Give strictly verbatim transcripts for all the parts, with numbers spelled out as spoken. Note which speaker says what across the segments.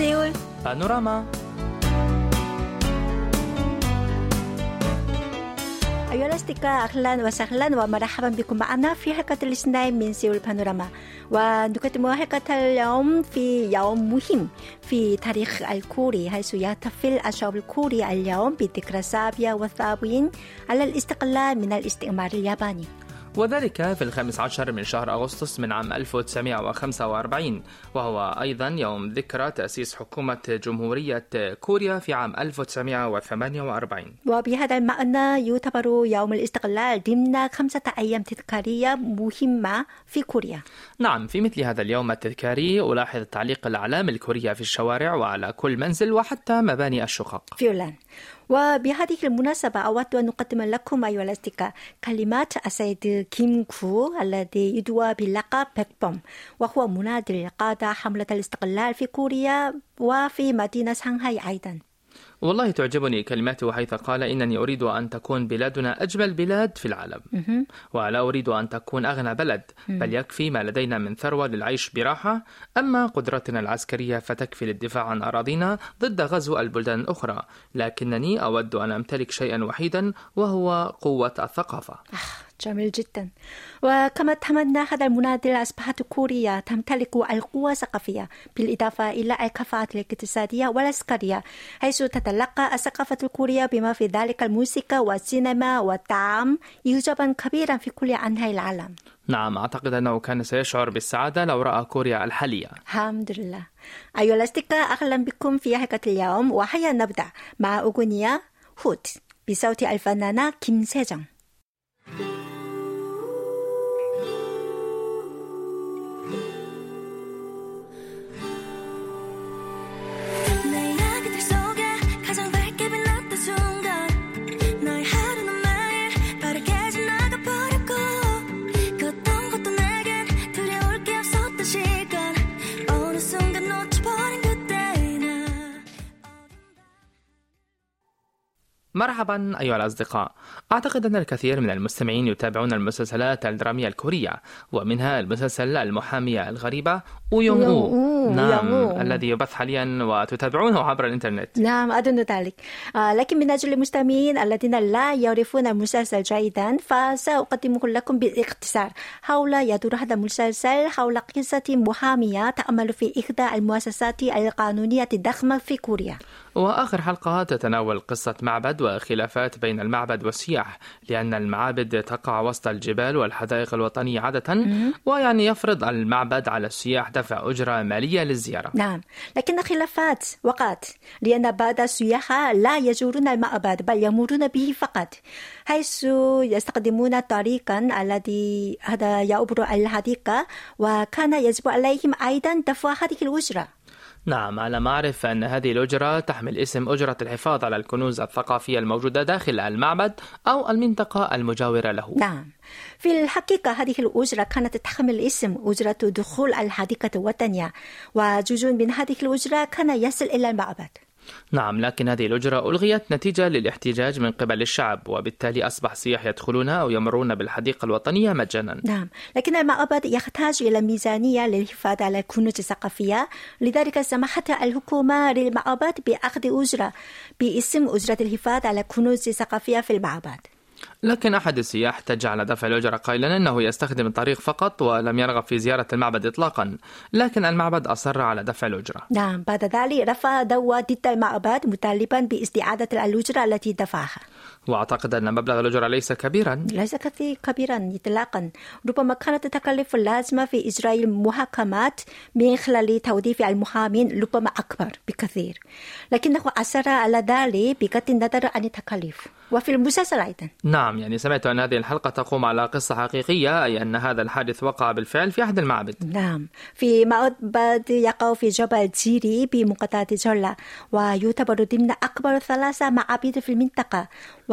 Speaker 1: سيول
Speaker 2: بانوراما.
Speaker 1: أيها الأصدقاء، أهلا وسهلا ومرحبا بكم معنا في حلقة الاثنين من سيول بانوراما. ونقدم حلقة اليوم في يوم مهم في تاريخ الكوري، حيث يحتفل الشعب الكوري اليوم بذكرى السابعة والسبعين على الاستقلال من الاستعمار الياباني،
Speaker 2: وذلك في الخامس عشر من شهر أغسطس من عام ألف وتسعمائة وخمسة وأربعين، وهو أيضا يوم ذكرى تأسيس حكومة جمهورية كوريا في عام ألف وتسعمائة وثمانية وأربعين.
Speaker 1: وبهذا المعنى يعتبر يوم الاستقلال ضمن خمسة أيام تذكارية مهمة في كوريا.
Speaker 2: نعم، في مثل هذا اليوم التذكاري ألاحظ تعليق الأعلام الكورية في الشوارع وعلى كل منزل وحتى مباني الشقق
Speaker 1: فعلا. وبهذه المناسبة أود أن أقدم لكم أيها الأصدقاء كلمات السيد كيم كو الذي يدعى بلقب 백범، وهو مناضل قاد حملة الاستقلال في كوريا وفي مدينة شانغهاي أيضا.
Speaker 2: والله تعجبني كلماته حيث قال: إنني أريد أن تكون بلادنا أجمل بلاد في العالم، ولا أريد أن تكون أغنى بلد، بل يكفي ما لدينا من ثروة للعيش براحة، أما قدرتنا العسكرية فتكفي للدفاع عن أراضينا ضد غزو البلدان الأخرى، لكنني أود أن أمتلك شيئا وحيدا وهو قوة الثقافة.
Speaker 1: جميل جدا. وكما تمنى هذا المناضل أصبحت كوريا تمتلك القوة الثقافية بالإضافة إلى الكفاءة الاقتصادية والعسكرية، حيث تتلقى الثقافة الكورية بما في ذلك الموسيقى والسينما والطعام إعجابا كبيرا في كل أنحاء العالم.
Speaker 2: نعم، أعتقد أنه كان سيشعر بالسعادة لو رأى كوريا الحالية.
Speaker 1: الحمد لله. أيها الأصدقاء، أهلا بكم في حلقة اليوم، وهيا نبدأ مع أغنية هود بصوت الفنانة 김세정.
Speaker 2: مرحبا أيها الأصدقاء. أعتقد أن الكثير من المستمعين يتابعون المسلسلات الدرامية الكورية، ومنها المسلسل المحامية الغريبة أويونغ أو، نعم، الذي يبث حاليا وتتابعونه عبر الإنترنت.
Speaker 1: نعم، أظن ذلك. آه لكن من أجل المستمعين الذين لا يعرفون المسلسل جيدا، فسأقدمه لكم باختصار. حول يدور هذا المسلسل حول قصة محامية تعمل في إحدى المؤسسات القانونية الضخمة في كوريا،
Speaker 2: وآخر حلقة تتناول قصة معبد وخلافات بين المعبد والسياح، لأن المعابد تقع وسط الجبال والحدائق الوطنية عادة، ويعني يفرض المعبد على السياح دفع أجرة مالية للزيارة.
Speaker 1: نعم، لكن خلافات وقعت لأن بعض السياح لا يزورون المعبد بل يمرون به فقط، حيث يستخدمون طريقا الذي هذا يعبر الحديقة، وكان يجب عليهم أيضا دفع هذه الأجرة.
Speaker 2: نعم، على ما أعرف أن هذه الأجرة تحمل اسم أجرة الحفاظ على الكنوز الثقافية الموجودة داخل المعبد أو المنطقة المجاورة له.
Speaker 1: نعم، في الحقيقة هذه الأجرة كانت تحمل اسم أجرة دخول الحديقة الوطنية، وجزء من هذه الأجرة كان يصل إلى المعبد.
Speaker 2: نعم، لكن هذه الأجرة ألغيت نتيجة للاحتجاج من قبل الشعب، وبالتالي أصبح السياح يدخلون أو يمرون بالحديقة الوطنية مجانا.
Speaker 1: نعم، لكن المعبد يحتاج إلى ميزانية للحفاظ على الكنوز الثقافية، لذلك سمحت الحكومة للمعبد بأخذ أجرة باسم أجرة الحفاظ على الكنوز الثقافية في المعبد.
Speaker 2: لكن أحد السياح احتج على دفع الأجرة قائلا أنه يستخدم الطريق فقط ولم يرغب في زيارة المعبد إطلاقا، لكن المعبد أصر على دفع الأجرة.
Speaker 1: نعم، بعد ذلك رفع دعوى ضد المعبد مطالبا باستعادة الأجرة التي دفعها.
Speaker 2: وأعتقد أن مبلغ الأجرة ليس كبيرا.
Speaker 1: ليس كبيرا إطلاقا، ربما كانت تكلف اللازمة في إجراء المحاكمات من خلال توظيف المحامين ربما أكبر بكثير، لكنه أصر على ذلك بغض النظر عن التكاليف. وفي المسلسل أيضا،
Speaker 2: نعم، يعني سمعت أن هذه الحلقة تقوم على قصة حقيقية، أي أن هذا الحادث وقع بالفعل في أحد المعابد.
Speaker 1: نعم، في معبد يقع في جبل جيري بمقاطعة جولة، ويعتبر ضمن أكبر ثلاثة معابد في المنطقة،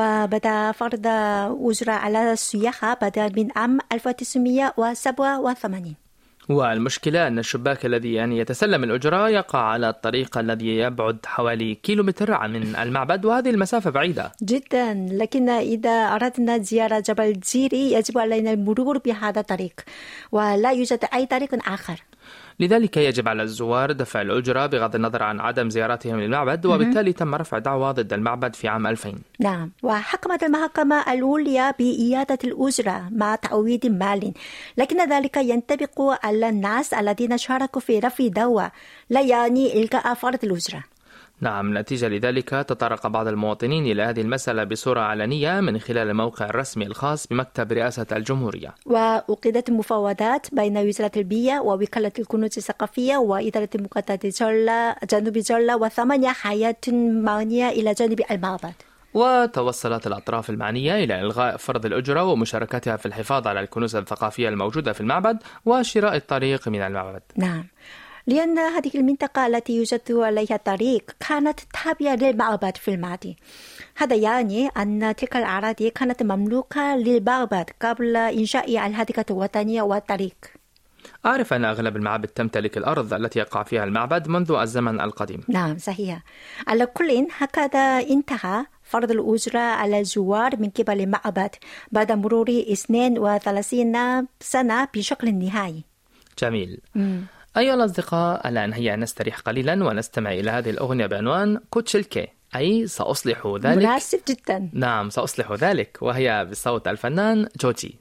Speaker 1: وبدأ فرض أجرة على السياح بدأ من عام ألف وتسعمائة وسبعة وثمانين.
Speaker 2: والمشكلة أن الشباك الذي يعني يتسلم الأجرة يقع على الطريق الذي يبعد حوالي كيلومتر من المعبد، وهذه المسافة بعيدة
Speaker 1: جدا. لكن إذا أردنا زيارة جبل جيري يجب علينا المرور بهذا الطريق، ولا يوجد أي طريق آخر.
Speaker 2: لذلك يجب على الزوار دفع الأجرة بغض النظر عن عدم زيارتهم للمعبد، وبالتالي تم رفع دعوى ضد المعبد في عام ألفين.
Speaker 1: نعم، وحكمت المحكمة العليا بإيادة الأجرة مع تعويض مال، لكن ذلك ينطبق على الناس الذين شاركوا في رفع دعوى، لا يعني إلغاء فرض الأجرة.
Speaker 2: نعم، نتيجة لذلك تطرق بعض المواطنين إلى هذه المسألة بصورة علنية من خلال الموقع الرسمي الخاص بمكتب رئاسة الجمهورية.
Speaker 1: وأقيدت مفاوضات بين وزارة البيئة ووكالة الكنوز الثقافية وإدارة مقاطعة جلة جنوب جلة وثمانية حياة مانية إلى جانب المعبد.
Speaker 2: وتوصلت الأطراف المعنية إلى إلغاء فرض الأجرة ومشاركتها في الحفاظ على الكنوز الثقافية الموجودة في المعبد وشراء الطريق من المعبد.
Speaker 1: نعم، لأن هذه المنطقة التي يوجد عليها الطريق كانت تابعة للمعبد في الماضي. هذا يعني أن تلك الأراضي كانت مملوكة للمعبد قبل إنشاء الحديقة الوطنية والطريق.
Speaker 2: أعرف أن أغلب المعابد تمتلك الأرض التي يقع فيها المعبد منذ الزمن القديم.
Speaker 1: نعم صحيح. على كل هكذا انتهى فرض الأجرة على الزوار من قبل المعبد بعد مرور اثنين وثلاثين سنة بشكل نهائي.
Speaker 2: جميل. م. أيها الأصدقاء، الآن هيا نستريح قليلا ونستمع إلى هذه الأغنية بعنوان كوتشلكي، أي سأصلح ذلك.
Speaker 1: مناسب جدا.
Speaker 2: نعم، سأصلح ذلك، وهي بصوت الفنان جوجي.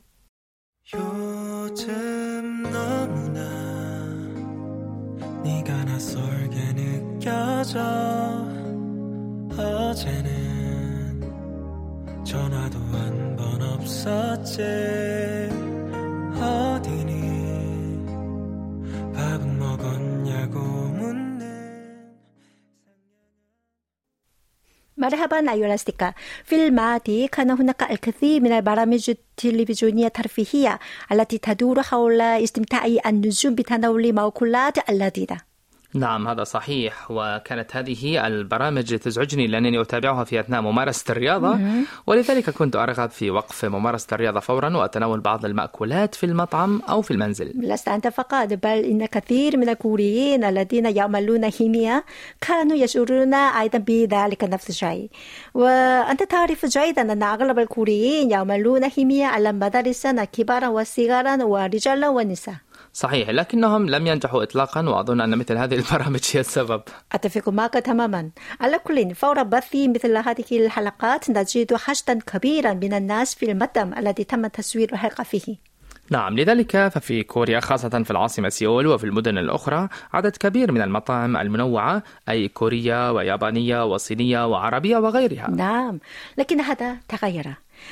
Speaker 1: مرحبا أيها الأصدقاء. في الماضي كان هناك الكثير من البرامج التلفزيونية الترفيهية التي تدور حول استمتاع النجوم بتناول مأكولات لذيذة.
Speaker 2: نعم، هذا صحيح، وكانت هذه البرامج تزعجني لأنني أتابعها في أثناء ممارسة الرياضة، ولذلك كنت أرغب في وقف ممارسة الرياضة فورا وأتناول بعض المأكولات في المطعم أو في المنزل.
Speaker 1: لست أنت فقط، بل إن كثير من الكوريين الذين يعملون كيمياء كانوا يشعرون أيضا بذلك نفس الشيء. وأنت تعرف جيدا أن أغلب الكوريين يعملون كيمياء على مدارسنا كبارا وصغارا ورجالا ونساء.
Speaker 2: صحيح، لكنهم لم ينجحوا إطلاقا، وأظن أن مثل هذه البرامج هي السبب.
Speaker 1: أتفق معك تماما. على كل، فور بث مثل هذه الحلقات نجد حشدا كبيرا من الناس في المطعم الذي تم تصوير الحلقة فيه.
Speaker 2: نعم، لذلك ففي كوريا خاصة في العاصمة سيول وفي المدن الأخرى عدد كبير من المطاعم المنوعة، أي كورية ويابانية وصينية وعربية وغيرها.
Speaker 1: نعم، لكن هذا تغير،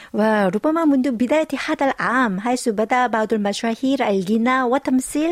Speaker 1: وربما منذ بداية هذا العام حيث بدأ بعض المشاهير الغناء والتمثيل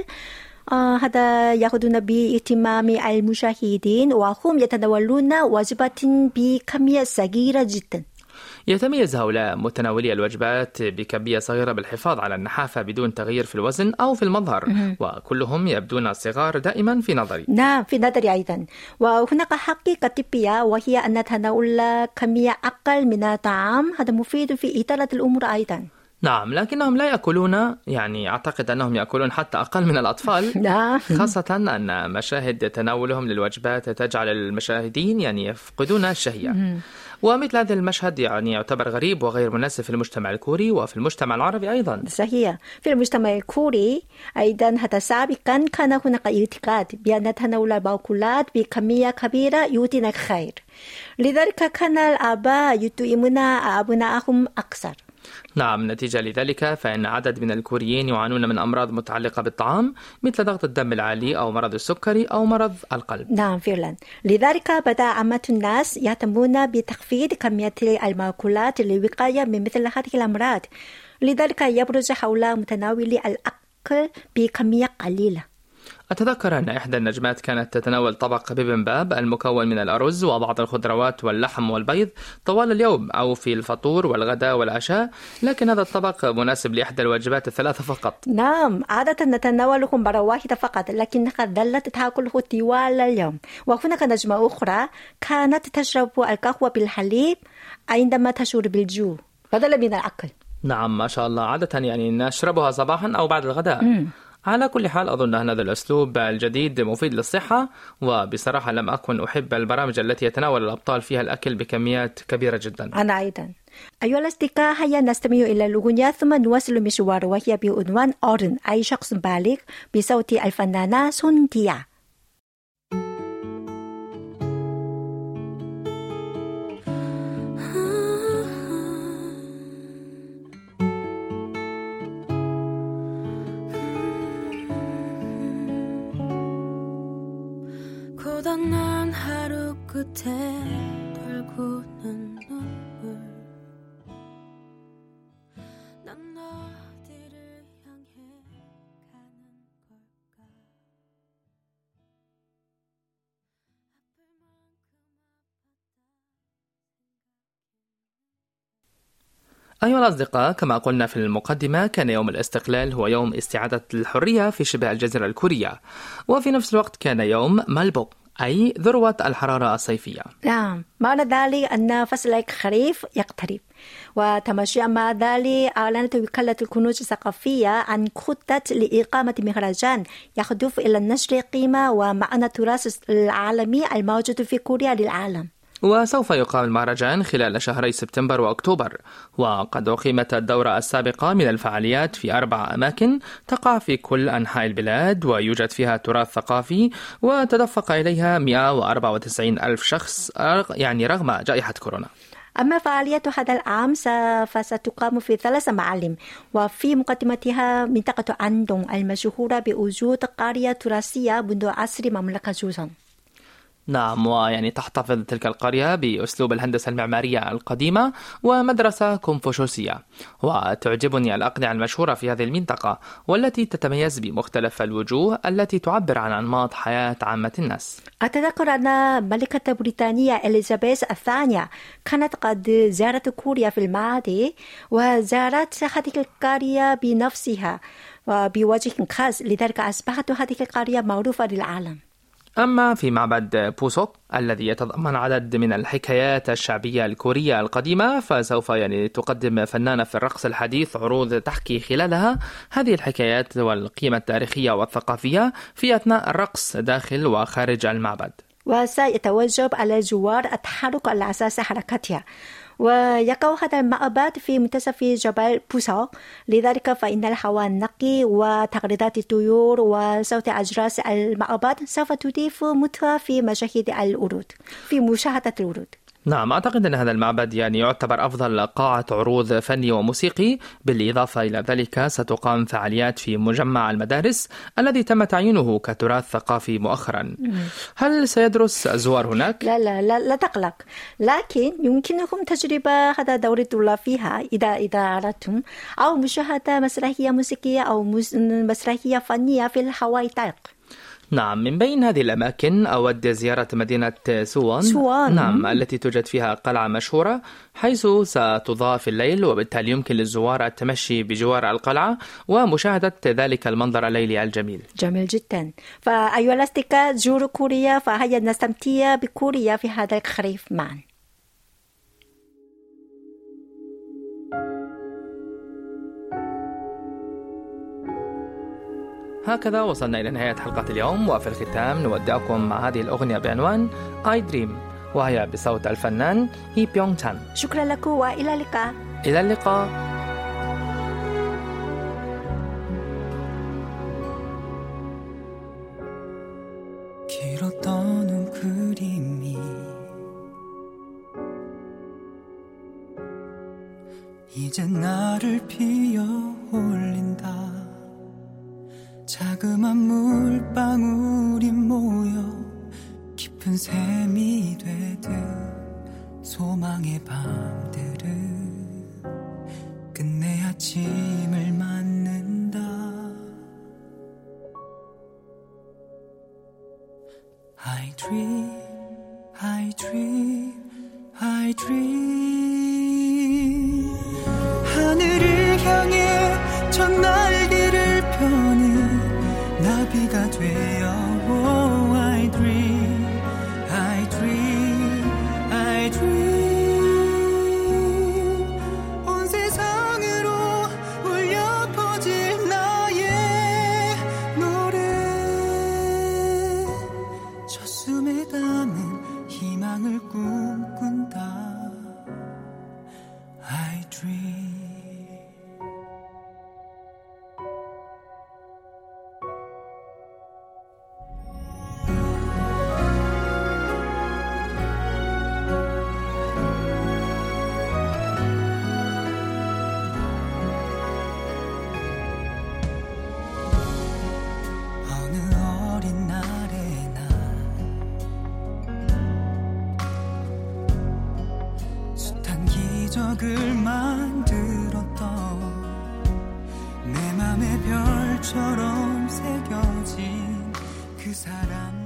Speaker 1: آه هذا يأخذون باهتمام المشاهدين، وهم يتناولون وجبات بكمية صغيرة جدا.
Speaker 2: يتميز هؤلاء متناولي الوجبات بكمية صغيرة بالحفاظ على النحافة بدون تغيير في الوزن أو في المظهر، وكلهم يبدون صغار دائما في نظري.
Speaker 1: نعم، في نظري أيضا. وهناك حقيقة طبية، وهي أن تناول كمية أقل من الطعام هذا مفيد في إدارة الأمور أيضا.
Speaker 2: نعم، لكنهم لا يأكلون، يعني أعتقد أنهم يأكلون حتى أقل من الأطفال.
Speaker 1: نعم.
Speaker 2: خاصة أن مشاهد تناولهم للوجبات تجعل المشاهدين يعني يفقدون الشهية. ومثل هذا المشهد يعني يعتبر غريب وغير مناسب في المجتمع الكوري وفي المجتمع العربي أيضا.
Speaker 1: صحيح، في المجتمع الكوري أيضا حتى سابقا كان هناك اعتقاد بأن تناول المأكولات بكمية كبيرة يؤتينا الخير، لذلك كان الآباء يطعمون أبنائهم أكثر.
Speaker 2: نعم، نتيجة لذلك فإن عدد من الكوريين يعانون من أمراض متعلقة بالطعام مثل ضغط الدم العالي أو مرض السكري أو مرض القلب.
Speaker 1: نعم فعلا، لذلك بدأ عامة الناس يهتمون بتخفيض كمية المأكولات للوقاية من مثل هذه الأمراض، لذلك يبرز حول متناولي الأكل بكمية قليلة.
Speaker 2: أتذكر أن إحدى النجمات كانت تتناول طبق بيبمباب المكون من الأرز وبعض الخضروات واللحم والبيض طوال اليوم أو في الفطور والغداء والعشاء، لكن هذا الطبق مناسب لإحدى الوجبات الثلاثة فقط.
Speaker 1: نعم، عادة نتناوله مرة واحدة فقط، لكنها ظلت تأكله طوال اليوم. وهناك نجمة أخرى كانت تشرب القهوة بالحليب عندما تشعر بالجوع بدلا من الأكل.
Speaker 2: نعم، ما شاء الله، عادة يعني نشربها صباحا أو بعد الغداء. م. على كل حال أظن أن هذا الأسلوب الجديد مفيد للصحة، وبصراحة لم أكن أحب البرامج التي يتناول الأبطال فيها الأكل بكميات كبيرة جدا.
Speaker 1: أنا أيضا. أيها الأصدقاء، هيا نستمع إلى الأغنية ثم نواصل مشوار، وهي بعنوان أورن أي شخص بالغ بصوت الفنانة سونديا.
Speaker 3: 고단한 하루 끝에 돌고는 눈물 난 어디를 향해 가는 걸까
Speaker 2: أيها الأصدقاء، كما قلنا في المقدمة كان يوم الاستقلال هو يوم استعادة الحرية في شبه الجزيرة الكورية، وفي نفس الوقت كان يوم مالبوك أي ذروة الحرارة الصيفية.
Speaker 1: نعم، معنى ذلك أن فصل الخريف يقترب، وتماشيا مع ذلك أعلنت وكالة الكنوز الثقافية عن خطة لإقامة مهرجان يهدف إلى نشر قيمة ومعنى التراث العالمي الموجود في كوريا للعالم.
Speaker 2: وسوف يقام المهرجان خلال شهري سبتمبر وأكتوبر، وقد أقيمت الدورة السابقة من الفعاليات في أربع أماكن تقع في كل أنحاء البلاد، ويوجد فيها تراث ثقافي، وتدفق إليها مئة وأربعة وتسعين ألف شخص يعني رغم جائحة كورونا.
Speaker 1: أما فعاليات هذا العام فستقام في ثلاث معالم، وفي مقدمتها منطقة أندونغ المشهورة بوجود قرية تراثية منذ عصر مملكة جوسون.
Speaker 2: نعم، ويعني تحتفظ تلك القرية بأسلوب الهندسة المعمارية القديمة ومدرسة كونفوشيوسية، وتعجبني الأقنعة المشهورة في هذه المنطقة والتي تتميز بمختلف الوجوه التي تعبر عن أنماط حياة عامة الناس.
Speaker 1: أتذكر أن ملكة بريطانيا إليزابيث الثانية كانت قد زارت كوريا في الماضي، وزارت هذه القرية بنفسها وبوجه خاص، لذلك أصبحت هذه القرية معروفة للعالم.
Speaker 2: أما في معبد بوسوك الذي يتضمن عدد من الحكايات الشعبية الكورية القديمة، فسوف يعني تقدم فنانة في الرقص الحديث عروض تحكي خلالها هذه الحكايات والقيمة التاريخية والثقافية في أثناء الرقص داخل وخارج المعبد.
Speaker 1: وسيتوجب على الزوار التحرك على أساس حركتها، ويقع هذا المعبد في منتصف جبل بوسوك، لذلك فإن الهواء النقي وتغريدات الطيور وصوت أجراس المعبد سوف تضيف متعة في مشاهد الورود في مشاهدة الورود.
Speaker 2: نعم، أعتقد أن هذا المعبد يعني يعتبر أفضل قاعة عروض فني وموسيقي، بالإضافة إلى ذلك ستقام فعاليات في مجمع المدارس الذي تم تعيينه كتراث ثقافي مؤخرا. هل سيدرس الزوار هناك؟
Speaker 1: لا لا لا, لا تقلق، لكن يمكنكم تجربة هذا دور الطلاب فيها إذا إذا أردتم، أو مشاهدة مسرحية موسيقية أو مسرحية فنية في الهواء الطلق.
Speaker 2: نعم، من بين هذه الأماكن أود زيارة مدينة سوان,
Speaker 1: سوان.
Speaker 2: نعم، التي توجد فيها قلعة مشهورة حيث ستضاء في الليل، وبالتالي يمكن للزوار التمشي بجوار القلعة ومشاهدة ذلك المنظر الليلي الجميل.
Speaker 1: جميل جدا. فأيها الأصدقاء، زوروا كوريا، فهيا نستمتع بكوريا في هذا الخريف معا.
Speaker 2: هكذا وصلنا إلى نهاية حلقة اليوم، وفي الختام نودعكم مع هذه الأغنية بعنوان I Dream، وهي بصوت الفنان هي بيونغ تشان.
Speaker 1: شكرا لكم وإلى اللقاء.
Speaker 2: إلى اللقاء.
Speaker 3: 길었던 그림이 이제 나를 피어 올린다. 자그만 물방울이 모여 깊은 샘이 되듯 소망의 밤들은 끝내 아침을 맞는다. I dream, I dream, I dream. 하늘을 향해 첫 날개를 펴는 나비가 되어 oh, I dream, I dream, I dream. 온 세상으로 울려 퍼질 나의 기억을 만들었던 내 맘에 별처럼 새겨진 그 사람